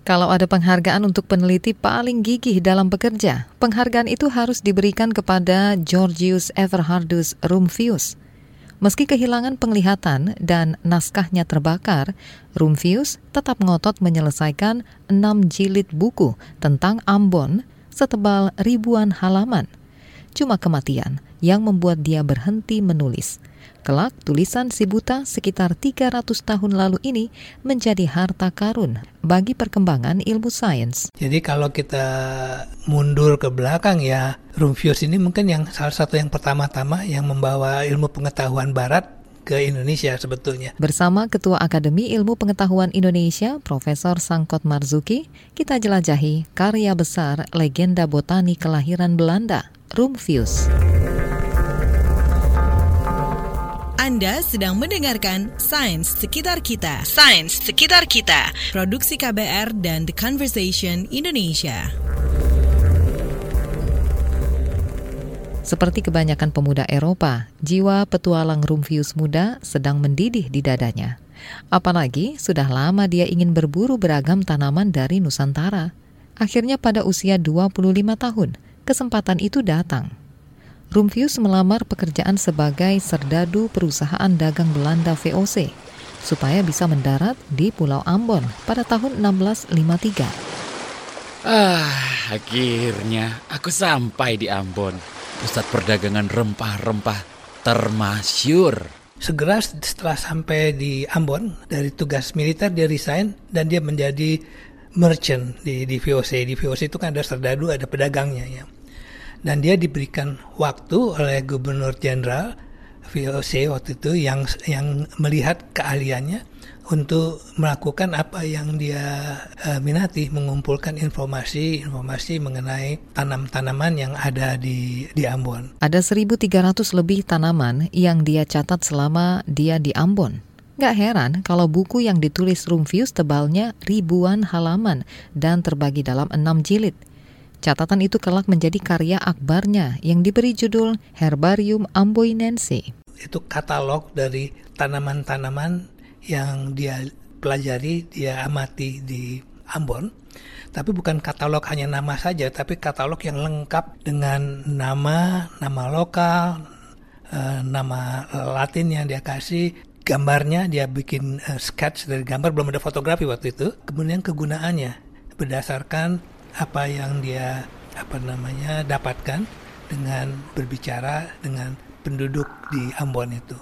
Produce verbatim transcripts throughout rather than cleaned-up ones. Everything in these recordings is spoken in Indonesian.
Kalau ada penghargaan untuk peneliti paling gigih dalam bekerja, penghargaan itu harus diberikan kepada Georgius Everhardus Rumphius. Meski kehilangan penglihatan dan naskahnya terbakar, Rumphius tetap ngotot menyelesaikan enam jilid buku tentang Ambon setebal ribuan halaman. Cuma kematian yang membuat dia berhenti menulis. Kelak, tulisan si buta sekitar tiga ratus tahun lalu ini menjadi harta karun bagi perkembangan ilmu sains. Jadi kalau kita mundur ke belakang ya, Rumphius ini mungkin yang salah satu yang pertama-tama yang membawa ilmu pengetahuan barat ke Indonesia sebetulnya. Bersama Ketua Akademi Ilmu Pengetahuan Indonesia, Profesor Sangkot Marzuki, kita jelajahi karya besar legenda botani kelahiran Belanda, Rumphius. Anda sedang mendengarkan Sains Sekitar Kita. Sains Sekitar Kita. Produksi K B R dan The Conversation Indonesia. Seperti kebanyakan pemuda Eropa, jiwa petualang Rumphius muda sedang mendidih di dadanya. Apalagi sudah lama dia ingin berburu beragam tanaman dari Nusantara. Akhirnya pada usia dua puluh lima tahun, kesempatan itu datang. Rumphius melamar pekerjaan sebagai serdadu perusahaan dagang Belanda V O C supaya bisa mendarat di Pulau Ambon pada tahun enam belas lima puluh tiga. Ah, akhirnya aku sampai di Ambon, pusat perdagangan rempah-rempah termasyur. Segera setelah sampai di Ambon, dari tugas militer dia resign dan dia menjadi merchant di, di V O C. Di V O C itu kan ada serdadu, ada pedagangnya ya. Dan dia diberikan waktu oleh Gubernur Jenderal V O C waktu itu yang yang melihat keahliannya untuk melakukan apa yang dia uh, minati, mengumpulkan informasi-informasi mengenai tanam-tanaman yang ada di di Ambon. Ada seribu tiga ratus lebih tanaman yang dia catat selama dia di Ambon. Gak heran kalau buku yang ditulis Rumphius tebalnya ribuan halaman dan terbagi dalam enam jilid. Catatan itu kelak menjadi karya akbarnya yang diberi judul Herbarium Amboinense. Itu katalog dari tanaman-tanaman yang dia pelajari, dia amati di Ambon. Tapi bukan katalog hanya nama saja, tapi katalog yang lengkap dengan nama, nama lokal, eh, nama Latin yang dia kasih, gambarnya dia bikin eh, sketch dari gambar, belum ada fotografi waktu itu. Kemudian kegunaannya berdasarkan apa yang dia apa namanya dapatkan dengan berbicara dengan penduduk di Ambon itu.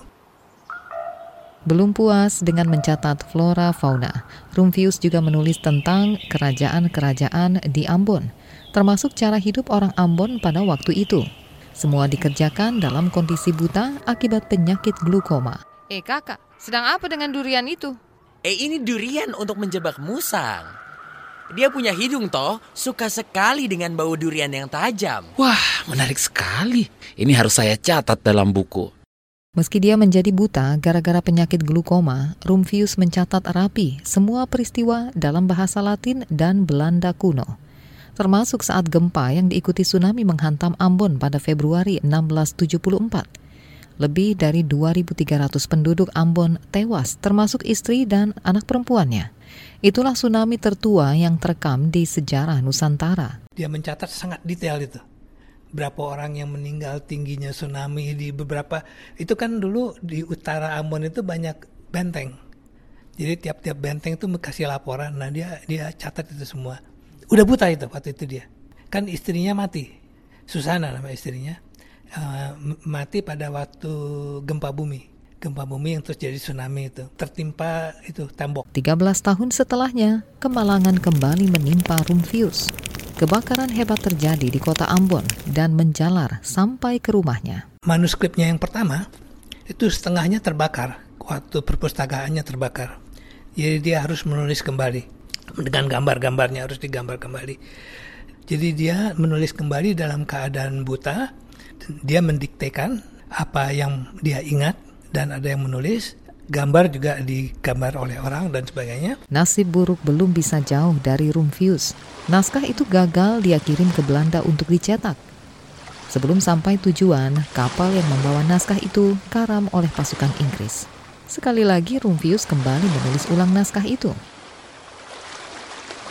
Belum puas dengan mencatat flora fauna, Rumphius juga menulis tentang kerajaan-kerajaan di Ambon, termasuk cara hidup orang Ambon pada waktu itu. Semua dikerjakan dalam kondisi buta akibat penyakit glukoma. Eh kakak, sedang apa dengan durian itu? Eh ini durian untuk menjebak musang. Dia punya hidung toh, suka sekali dengan bau durian yang tajam. Wah, menarik sekali. Ini harus saya catat dalam buku. Meski dia menjadi buta gara-gara penyakit glukoma, Rumphius mencatat rapi semua peristiwa dalam bahasa Latin dan Belanda kuno. Termasuk saat gempa yang diikuti tsunami menghantam Ambon pada Februari enam belas tujuh puluh empat. Lebih dari dua ribu tiga ratus penduduk Ambon tewas, termasuk istri dan anak perempuannya. Itulah tsunami tertua yang terekam di sejarah Nusantara. Dia mencatat sangat detail itu. Berapa orang yang meninggal, tingginya tsunami di beberapa. Itu kan dulu di utara Ambon itu banyak benteng. Jadi tiap-tiap benteng itu kasih laporan. Nah dia dia catat itu semua. Udah buta itu waktu itu dia. Kan istrinya mati. Susana nama istrinya. Uh, mati pada waktu gempa bumi. Gempa bumi yang terjadi tsunami itu. Tertimpa itu tembok. tiga belas tahun setelahnya, kemalangan kembali menimpa Rumphius. Kebakaran hebat terjadi di kota Ambon dan menjalar sampai ke rumahnya. Manuskripnya yang pertama, itu setengahnya terbakar. Waktu perpustakaannya terbakar. Jadi dia harus menulis kembali. Dengan gambar-gambarnya harus digambar kembali. Jadi dia menulis kembali dalam keadaan buta. Dia mendiktekan apa yang dia ingat. Dan ada yang menulis, gambar juga digambar oleh orang dan sebagainya. Nasib buruk belum bisa jauh dari Rumphius. Naskah itu gagal dia kirim ke Belanda untuk dicetak. Sebelum sampai tujuan, kapal yang membawa naskah itu karam oleh pasukan Inggris. Sekali lagi Rumphius kembali menulis ulang naskah itu.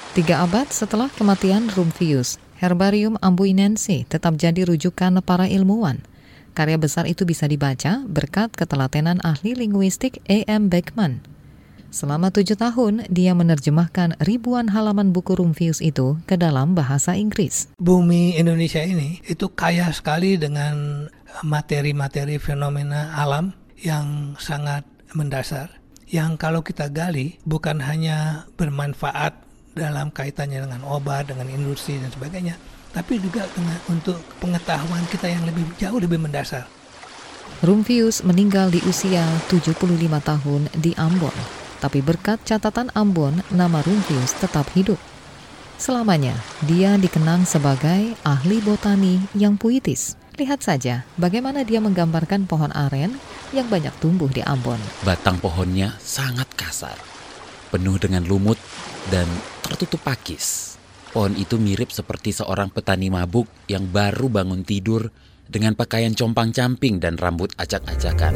Tiga abad setelah kematian Rumphius, Herbarium ambuinense tetap jadi rujukan para ilmuwan. Karya besar itu bisa dibaca berkat ketelatenan ahli linguistik A M Beckman. Selama tujuh tahun, dia menerjemahkan ribuan halaman buku Rumphius itu ke dalam bahasa Inggris. Bumi Indonesia ini itu kaya sekali dengan materi-materi fenomena alam yang sangat mendasar. Yang kalau kita gali bukan hanya bermanfaat dalam kaitannya dengan obat, dengan industri dan sebagainya, tapi juga dengan untuk pengetahuan kita yang lebih jauh lebih mendasar. Rumphius meninggal di usia tujuh puluh lima tahun di Ambon. Tapi berkat catatan Ambon, nama Rumphius tetap hidup. Selamanya, dia dikenang sebagai ahli botani yang puitis. Lihat saja bagaimana dia menggambarkan pohon aren yang banyak tumbuh di Ambon. Batang pohonnya sangat kasar, penuh dengan lumut dan tertutup pakis. Pohon itu mirip seperti seorang petani mabuk yang baru bangun tidur dengan pakaian compang-camping dan rambut acak-acakan.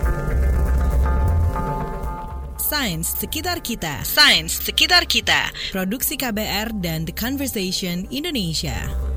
Sains Sekitar Kita. Sains Sekitar Kita. Produksi K B R dan The Conversation Indonesia.